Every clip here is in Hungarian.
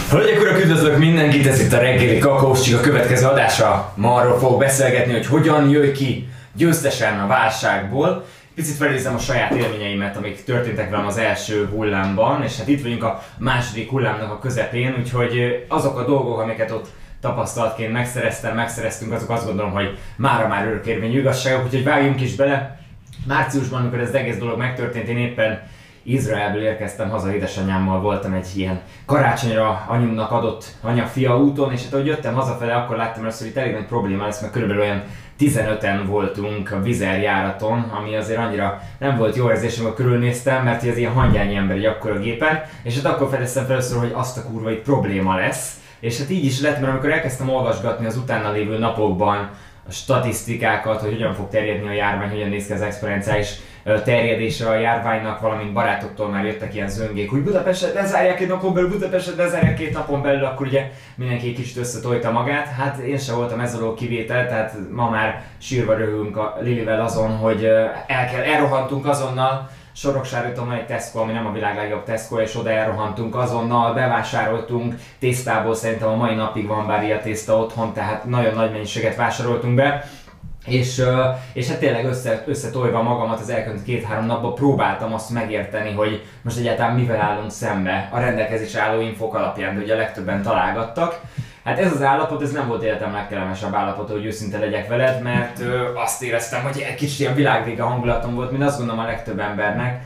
Hölgyek, urak, üdvözlök mindenkit, ez itt a reggeli kakaóscsik. A következő adásra ma arról fogok beszélgetni, hogy hogyan jöjj ki győztesen a válságból. Picit felidézem a saját élményeimet, amik történtek velem az első hullámban, és hát itt vagyunk a második hullámnak a közepén, úgyhogy azok a dolgok, amiket ott tapasztalatként megszereztünk, azok azt gondolom, hogy mára már örökérvényű igazságok, úgyhogy vágjunk is bele. Márciusban, amikor ez az egész dolog megtörtént, én éppen Izraelből érkeztem haza, édesanyámmal voltam egy ilyen karácsonyra anyumnak adott anya-fia úton, és hát ahogy jöttem hazafele, akkor láttam először, hogy itt elég nagy probléma lesz, mert körülbelül olyan 15-en voltunk a Vizer járaton, ami azért annyira nem volt jó érzés, amikor körülnéztem, mert ez ilyen hangyányi ember egy akkora gépen, és hát akkor fedeztem fel először, hogy azt a kurva itt probléma lesz. És hát így is lett, mert amikor elkezdtem olvasgatni az utána lévő napokban a statisztikákat, hogy hogyan fog terjedni a járvány, hogyan néz ki az exponenciális terjedése a járványnak, valamint barátoktól már jöttek ilyen zöngék, hogy Budapestet lezárják 2 napon belül, Budapestet lezárják 2 napon belül, akkor ugye mindenki egy kicsit összetolta magát. Hát én sem voltam ez alól kivétel, tehát ma már sírva röhögünk a Lilivel azon, hogy elrohantunk azonnal. Soroksáron van egy Tesco, ami nem a világ legjobb Tesco, és oda elrohantunk azonnal, bevásároltunk tésztából, szerintem a mai napig van bárja tészta otthon, tehát nagyon nagy mennyiséget vásároltunk be. És hát tényleg összetolva magamat az elkövetkező 2-3 napban próbáltam azt megérteni, hogy most egyáltalán mivel állunk szembe a rendelkezésre álló infók alapján, de ugye a legtöbben találgattak. Hát ez az állapot, ez nem volt életem legkellemesebb állapota, hogy őszinte legyek veled, mert azt éreztem, hogy egy kicsit ilyen világvége hangulatom volt, mint azt gondolom a legtöbb embernek.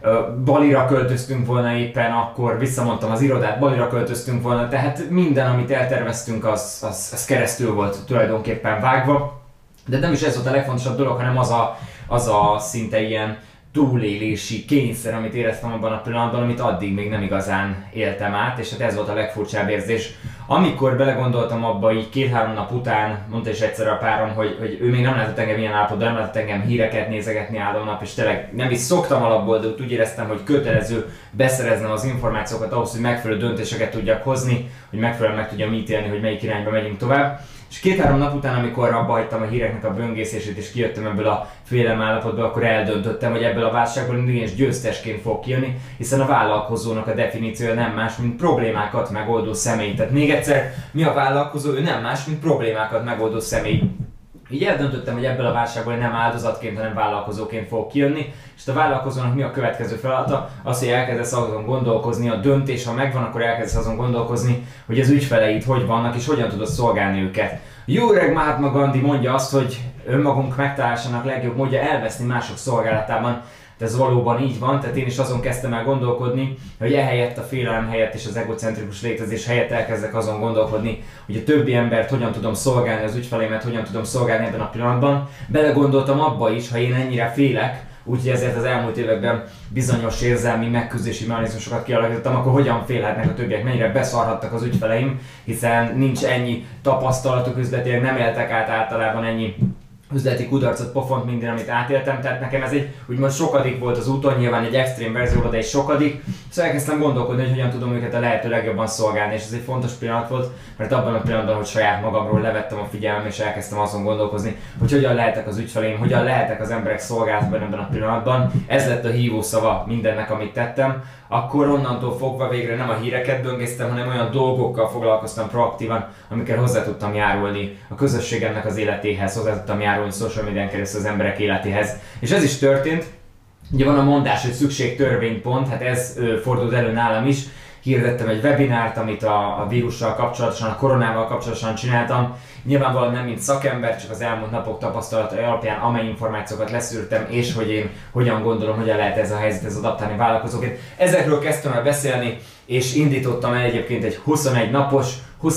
Balira költöztünk volna éppen, akkor visszamondtam az irodát, Balira költöztünk volna, tehát minden, amit elterveztünk, az keresztül volt tulajdonképpen vágva. De nem is ez volt a legfontosabb dolog, hanem az a szinte ilyen túlélési kényszer, amit éreztem abban a pillanatban, amit addig még nem igazán éltem át, és hát ez volt a legfurcsább érzés. Amikor belegondoltam abba így 2-3 nap után, mondta is egyszer a párom, hogy ő még nem látott engem ilyen állapotban, nem látott engem híreket nézegetni álló nap, és tényleg nem is szoktam alapból, de úgy éreztem, hogy kötelező beszereznem az információkat ahhoz, hogy megfelelő döntéseket tudjak hozni, hogy megfelelően meg tudjam ítélni, hogy melyik irányba megyünk tovább. És 2-3 nap után, amikor abba hagytam a híreknek a böngészését és kijöttem ebből a félelem állapotból, akkor eldöntöttem, hogy ebből a válságból igenis győztesként fog kijönni, hiszen a vállalkozónak a definíciója nem más, mint problémákat megoldó személy. Tehát még egyszer, mi a vállalkozó? Ő nem más, mint problémákat megoldó személy. Így eldöntöttem, hogy ebből a válságból nem áldozatként, hanem vállalkozóként fog kijönni, és a vállalkozónak mi a következő feladata? Az, hogy elkezdesz azon gondolkozni, a döntés, ha megvan, akkor elkezdesz azon gondolkozni, hogy az ügyfeleid hogy vannak, és hogyan tudod szolgálni őket. Jó öreg Mahatma Gandhi mondja azt, hogy önmagunk megtalálásának legjobb módja elveszni mások szolgálatában. Ez valóban így van, tehát én is azon kezdtem el gondolkodni, hogy ehelyett a félelem helyett és az egocentrikus létezés helyett elkezdek azon gondolkodni, hogy a többi embert hogyan tudom szolgálni, az ügyfeleimet hogyan tudom szolgálni ebben a pillanatban. Belegondoltam abba is, ha én ennyire félek, úgyhogy ezért az elmúlt években bizonyos érzelmi megküzdési mechanizmusokat kialakítottam, akkor hogyan félhetnek a többiek, mennyire beszarhattak az ügyfeleim, hiszen nincs ennyi tapasztalatuk üzletileg, nem éltek át általában ennyi üzleti kudarcot, pofont, minden, amit átéltem, tehát nekem ez egy úgymond sokadik volt az úton, nyilván egy extrém verzióban, de egy sokadik, szóval elkezdtem gondolkodni, hogy hogyan tudom őket a lehető legjobban szolgálni, és ez egy fontos pillanat volt, mert abban a pillanatban, hogy saját magamról levettem a figyelmem, és elkezdtem azon gondolkozni, hogy hogyan lehetek az ügyfeleim, hogyan lehetek az emberek szolgálatban ebben a pillanatban, ez lett a hívószava mindennek, amit tettem, akkor onnantól fogva végre nem a híreket böngésztem, hanem olyan dolgokkal foglalkoztam proaktívan, amikkel hozzá tudtam járulni a közösségemnek az életéhez, hozzá tudtam járulni social médián keresztül az emberek életéhez. És ez is történt. Ugye van a mondás, hogy szükség törvénypont, hát ez fordult elő nálam is. Hirdettem egy webinárt, amit a vírussal kapcsolatosan, a koronával kapcsolatosan csináltam. Nyilvánvalóan nem mint szakember, csak az elmúlt napok tapasztalatai alapján, amely információkat leszűrtem, és hogy én hogyan gondolom, hogyan lehet ez a helyzethez adaptálni vállalkozóként. Ezekről kezdtem el beszélni, és indítottam el egyébként egy 21 napos,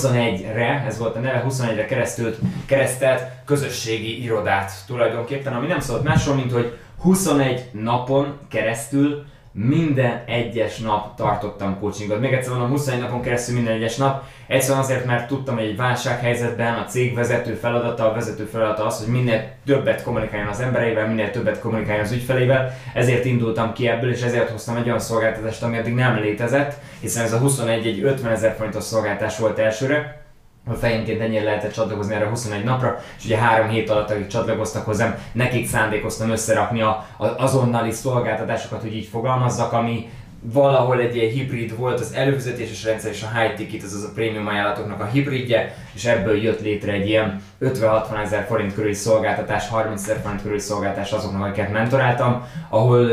21-re, ez volt a neve, 21-re keresztelt közösségi irodát tulajdonképpen, ami nem szólt másról, mint hogy 21 napon keresztül minden egyes nap tartottam coachingot. Még egyszer mondom, 21 napon keresztül minden egyes nap. Egyszerűen azért, mert tudtam, hogy egy válsághelyzetben a cég vezető feladata az, hogy minél többet kommunikáljon az embereivel, minél többet kommunikáljon az ügyfelével. Ezért indultam ki ebből, és ezért hoztam egy olyan szolgáltatást, ami addig nem létezett, hiszen ez a 21 egy 50 000 forintos szolgáltatás volt elsőre. A fejenként ennyire lehetett csatlakozni erre 21 napra, és ugye 3 hét alatt, akik csatlakoztak hozzám, nekik szándékoztam összerakni az azonnali szolgáltatásokat, hogy így fogalmazzak, ami valahol egy ilyen hibrid volt, az előfizetéses rendszer és a high ticket, azaz a prémium ajánlatoknak a hibridje, és ebből jött létre egy ilyen 50-60 ezer forint körüli szolgáltatás, 30 ezer forint körüli szolgáltatás azoknak, akiket mentoráltam, ahol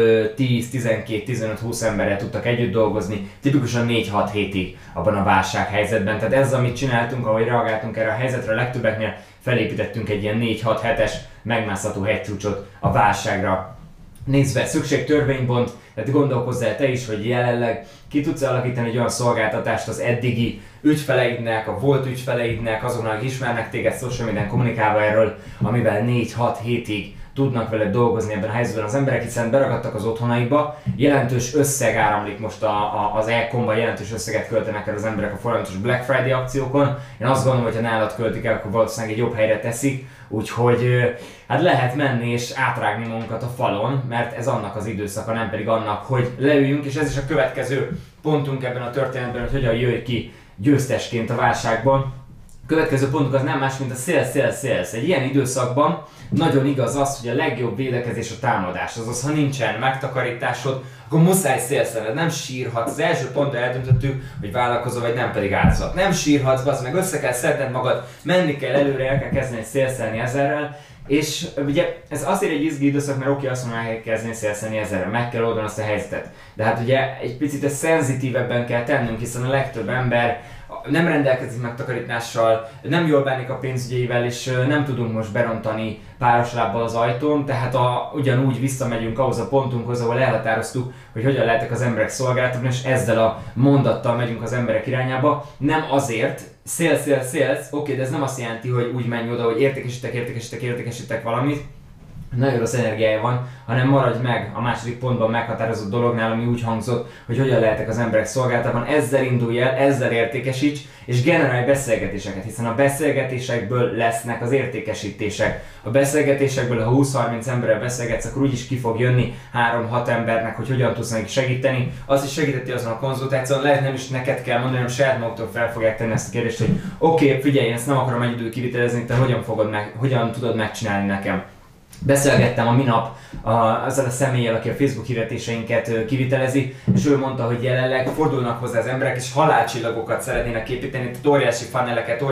10-12-15-20 emberrel tudtak együtt dolgozni, tipikusan 4-6 hétig abban a válsághelyzetben. Tehát ez, amit csináltunk, ahogy reagáltunk erre a helyzetre, a legtöbbeknél felépítettünk egy ilyen 4-6 hetes megmászható hegycsúcsot a válságra nézve. Szükség törvénybont, tehát gondolkozz el te is, hogy jelenleg ki tudsz alakítani egy olyan szolgáltatást az eddigi ügyfeleidnek, a volt ügyfeleidnek, azoknak, akik ismernek téged social médián kommunikálva erről, amivel 4-6 hétig tudnak vele dolgozni ebben a helyzetben az emberek, hiszen beragadtak az otthonaikba, jelentős összeg áramlik most az e-comba, jelentős összeget költenek el az emberek a folyamatos Black Friday akciókon. Én azt gondolom, hogy ha nálad költik el, akkor valószínűleg egy jobb helyre teszik, úgyhogy hát lehet menni és átrágni magunkat a falon, mert ez annak az időszaka, nem pedig annak, hogy leüljünk, és ez is a következő pontunk ebben a történetben, hogy hogyan jöjj ki győztesként a válságban. Következő pontunk az nem más, mint a sales. Egy ilyen időszakban nagyon igaz az, hogy a legjobb védekezés a támadás. Azaz, ha nincsen megtakarításod, akkor muszáj szélszened, nem sírhatsz. Az első ponton eldöntöttük, hogy vállalkozó vagy, nem pedig áldozat. Nem sírhatsz, az meg össze kell szedned magad, menni kell előre, el kell kezdeni szélszelni ezerrel. És ugye ez azért egy izgi időszak, mert oké, azt mondom, el kell kezdeni szélszelni ezerrel, meg kell oldani azt a helyzetet. De hát ugye egy picit ezt szenzitívebben kell tennünk, hiszen a legtöbb ember nem rendelkezik megtakarítással, nem jól bánik a pénzügyeivel, és nem tudunk most berontani páros lábbal az ajtón, tehát ugyanúgy visszamegyünk ahhoz a pontunkhoz, ahol elhatároztuk, hogy hogyan lehetek az emberek szolgáltatni, és ezzel a mondattal megyünk az emberek irányába. Nem azért, sales, oké, de ez nem azt jelenti, hogy úgy menj oda, hogy értékesítek valamit, nagyon rossz energiája van, hanem maradj meg a második pontban meghatározott dolognál, ami úgy hangzott, hogy hogyan lehetek az emberek szolgáltatban. Ezzel indulj el, ezzel értékesíts, és generálj beszélgetéseket, hiszen a beszélgetésekből lesznek az értékesítések. A beszélgetésekből, ha 20-30 emberrel beszélgetsz, akkor úgyis ki fog jönni 3-6 embernek, hogy hogyan tudsz nekik segíteni. Azt is segíteti azon a konzultáción, lehet nem is neked kell mondani, hanem saját maguktól fel fogják tenni ezt a kérdést, hogy oké, figyelj, én ezt nem akarom egy idő kivitelezni, te hogyan tudod megcsinálni nekem. Beszélgettem a minap azzal a személlyel, aki a Facebook hirdetéseinket kivitelezi, és ő mondta, hogy jelenleg fordulnak hozzá az emberek, és halálcsillagokat szeretnének építeni, tehát óriási funneleket,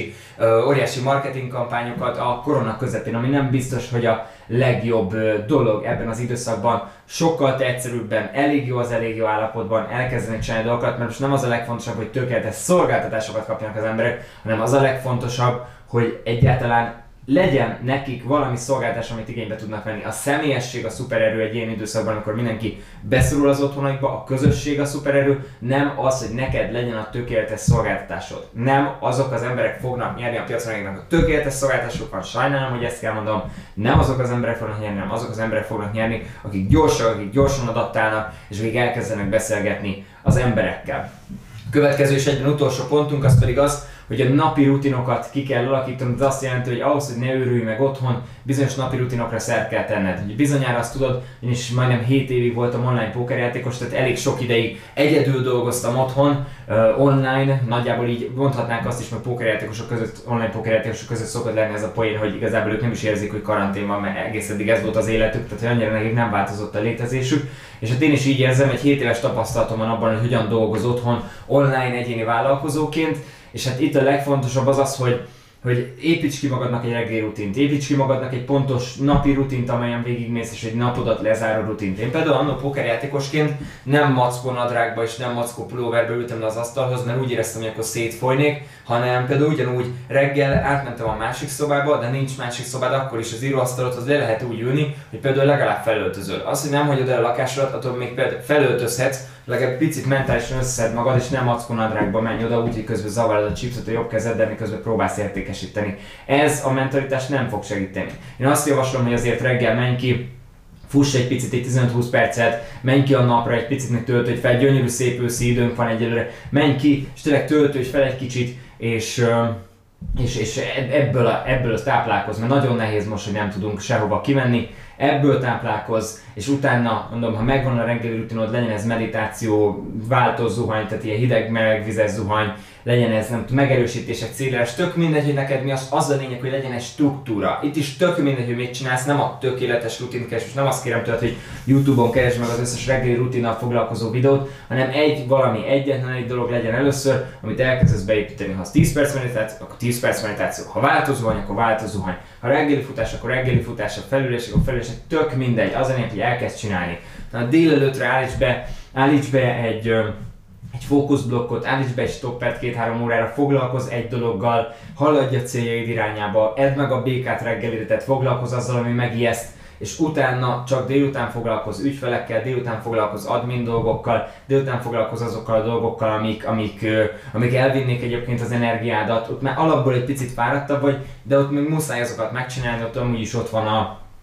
óriási marketing kampányokat a korona közepén, ami nem biztos, hogy a legjobb dolog ebben az időszakban. Sokkal egyszerűbben, elég jó állapotban elkezdenek csinálni dolgokat, mert most nem az a legfontosabb, hogy tökéletes szolgáltatásokat kapjanak az emberek, hanem az a legfontosabb, hogy egyáltalán legyen nekik valami szolgáltatás, amit igénybe tudnak venni. A személyesség a szupererő egy ilyen időszakban, amikor mindenki beszorul az otthonaikba, a közösség a szupererő, nem az, hogy neked legyen a tökéletes szolgáltatásod. Nem azok az emberek fognak nyerni a piacon, akiknek a tökéletes szolgáltatások van, sajnálom, hogy ezt kell mondanom, nem azok az emberek fognak nyerni, nem azok az emberek fognak nyerni, akik gyorsan adaptálnak, és akik elkezdenek beszélgetni az emberekkel. Következő és egyben utolsó pontunk az pedig az, hogy a napi rutinokat ki kell alakítani, ez azt jelenti, hogy ahhoz, hogy ne őrülj meg otthon, bizonyos napi rutinokra szert kell tenned. Ugye bizonyára azt tudod, én is majdnem 7 évig voltam online pókerjátékos, tehát elég sok ideig egyedül dolgoztam otthon, online, nagyjából így mondhatnánk azt is, hogy pókerjátékosok között, online pókerjátékosok között szokott lenni ez a poén, hogy igazából ők nem is érzik, hogy karantén van, mert egész eddig ez volt az életük, tehát hogy annyira nekik nem változott a létezésük. És hát én is így érzem, egy 7 éves tapasztalatom van abban, hogy hogyan dolgoz otthon online egyéni vállalkozóként. És hát itt a legfontosabb az az, hogy építs ki magadnak egy reggeli rutint, építs ki magadnak egy pontos napi rutint, amelyen végigmész, és egy napodat lezáró rutint. Én például annó pókerjátékosként nem mackó nadrágba és nem mackó pulóverbe ültem le az asztalhoz, mert úgy éreztem, hogy akkor szétfolynék, hanem például ugyanúgy reggel átmentem a másik szobába, de nincs másik szobád, akkor is az íróasztalodhoz le lehet úgy ülni, hogy például legalább felöltözöl. Az, hogy nem hagyod el a lakásodat, attól még például felöltözhetsz, legalább picit mentálisan összeszed magad, és nem mackó nadrágba menj oda, úgyhogy közben zavarod a chipset a jobb kezeddel, miközben próbálsz értékesíteni. Ez a mentalitás nem fog segíteni. Én azt javaslom, hogy azért reggel menj ki, fuss egy picit, egy 15-20 percet, menj ki a napra, egy picit meg töltődj fel, gyönyörű szép őszi időnk van egyelőre, menj ki, és tényleg töltődj fel egy kicsit, és ebből táplálkozz, mert nagyon nehéz most, hogy nem tudunk sehova kimenni, ebből táplálkozz, és utána, mondom, ha megvan a reggeli rutinod, legyen ez meditáció, váltós zuhany, tehát ilyen hideg-meleg vizes zuhany, legyen ez nem tudom, megerősítések, célres, tök mindegy, hogy neked mi az a lényeg, hogy legyen egy struktúra. Itt is tök mindegy, hogy mit csinálsz, nem a tökéletes rutin keres, most nem azt kérem tőled, hogy YouTube-on keresd meg az összes reggeli rutinnal foglalkozó videót, hanem egyetlen egy dolog legyen először, amit elkezdesz beépíteni. Ha az 10 perc meditáció, akkor 10 perc meditáció. Ha változóhany, akkor változóhany. Ha reggeli futás, akkor reggeli futás, ha felülés, akkor felülés, tök mindegy. Az a lényeg, hogy elkezd csinálni. A délelőttre állíts be egy fókuszblokkot, állíts be egy stoppert 2-3 órára, foglalkozz egy dologgal, haladj a céljaid irányába, edd meg a békát reggelire, tehát foglalkozz azzal, ami megijeszt, és utána csak délután foglalkozz ügyfelekkel, délután foglalkozz admin dolgokkal, délután foglalkozz azokkal a dolgokkal, amik elvinnék egyébként az energiádat. Ott már alapból egy picit fáradtabb vagy, de ott még muszáj azokat megcsinálni, ott amúgy is ott van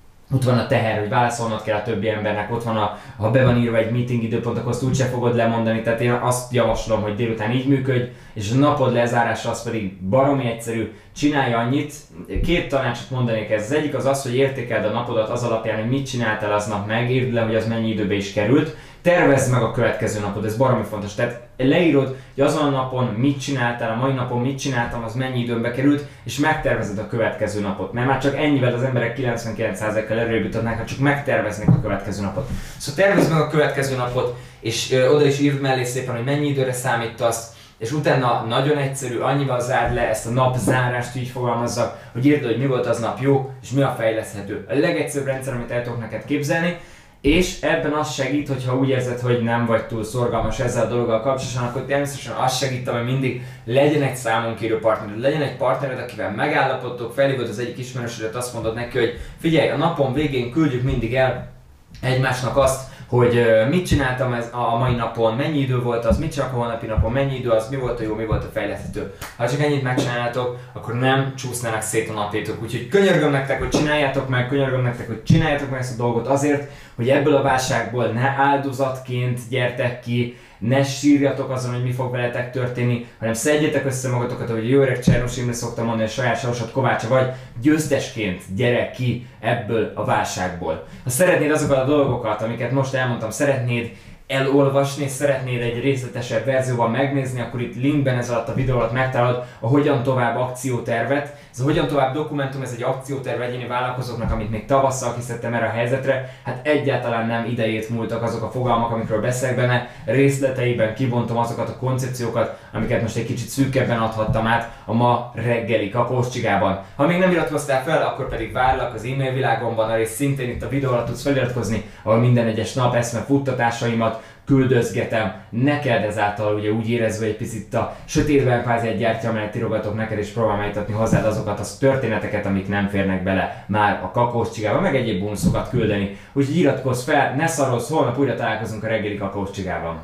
a teher, hogy válaszolnod kell a többi embernek, ott van ha be van írva egy meeting időpont, akkor azt úgyse fogod lemondani, tehát én azt javaslom, hogy délután így működj, és a napod lezárása az pedig baromi egyszerű, csinálj annyit, 2 tanácsot mondanék ez, az egyik az, hogy értékeld a napodat az alapján, hogy mit csináltál aznap meg, írd le, hogy az mennyi időbe is került, tervezd meg a következő napod, ez baromi fontos, tehát leírod, hogy azon a napon mit csináltál, a mai napon mit csináltam, az mennyi időbe került, és megtervezed a következő napot, mert már csak ennyivel az emberek 99%-kal előrébb juthatnák, ha csak megterveznék a következő napot. Szóval tervezd meg a következő napot, és oda is írd mellé szépen, hogy mennyi időre számítasz, és utána nagyon egyszerű, annyival zárd le ezt a napzárást, így fogalmazzak, hogy írd, hogy mi volt az nap jó, és mi a fejleszthető. A legegyszerűbb rendszer, amit el tudok neked képzelni, és ebben az segít, hogyha úgy érzed, hogy nem vagy túl szorgalmas ezzel a dologgal kapcsolatosan, akkor természetesen az segít, hogy mindig legyen egy számonkérő partnered, legyen egy partnered, akivel megállapodtok, felhívod az egyik ismerősödet, azt mondod neki, hogy figyelj, a napon végén küldjük mindig el egymásnak azt, hogy mit csináltam a mai napon, mennyi idő volt az, mit csinálok a holnapi napon, mennyi idő az, mi volt a jó, mi volt a fejleszthető. Ha csak ennyit megcsináljátok, akkor nem csúsznának szét a napétok. Úgyhogy könyörgöm nektek, hogy csináljátok meg, könyörgöm nektek, hogy csináljátok meg ezt a dolgot azért, hogy ebből a válságból ne áldozatként gyertek ki, ne sírjatok azon, hogy mi fog veletek történni, hanem szedjetek össze magatokat, ahogy jó öreg Csernus Imre szokta mondani, hogy saját sorsod kovácsa vagy, győztesként gyere ki ebből a válságból. Ha szeretnéd azokat a dolgokat, amiket most elmondtam, szeretnéd elolvasni, és szeretnéd egy részletesebb verzióban megnézni, akkor itt linkben ez alatt a videó alatt megtalálod a Hogyan tovább akciótervet. Ez a Hogyan tovább dokumentum, ez egy akcióterv egyéni vállalkozóknak, amit még tavasszal készítettem erre a helyzetre. Hát egyáltalán nem idejét múltak azok a fogalmak, amikről beszélek benne, részleteiben kibontom azokat a koncepciókat, amiket most egy kicsit szűkebben adhattam át a ma reggeli kakóscsigában. Ha még nem iratkoztál fel, akkor pedig várlak az e-mail világomban, és szintén itt a videó alatt tudsz feliratkozni, ahol minden egyes nap eszmefuttatásaimat küldözgetem neked, ezáltal ugye úgy érezve egy picit a sötétben kvázi egy gyertya, amelyet tirogatok neked, és próbálom eljutatni hozzád azokat a történeteket, amik nem férnek bele már a kakaóscsigába, meg egyéb bónuszokat küldeni. Úgyhogy iratkozz fel, ne szarozz, holnap újra találkozunk a reggeli kakaóscsigában.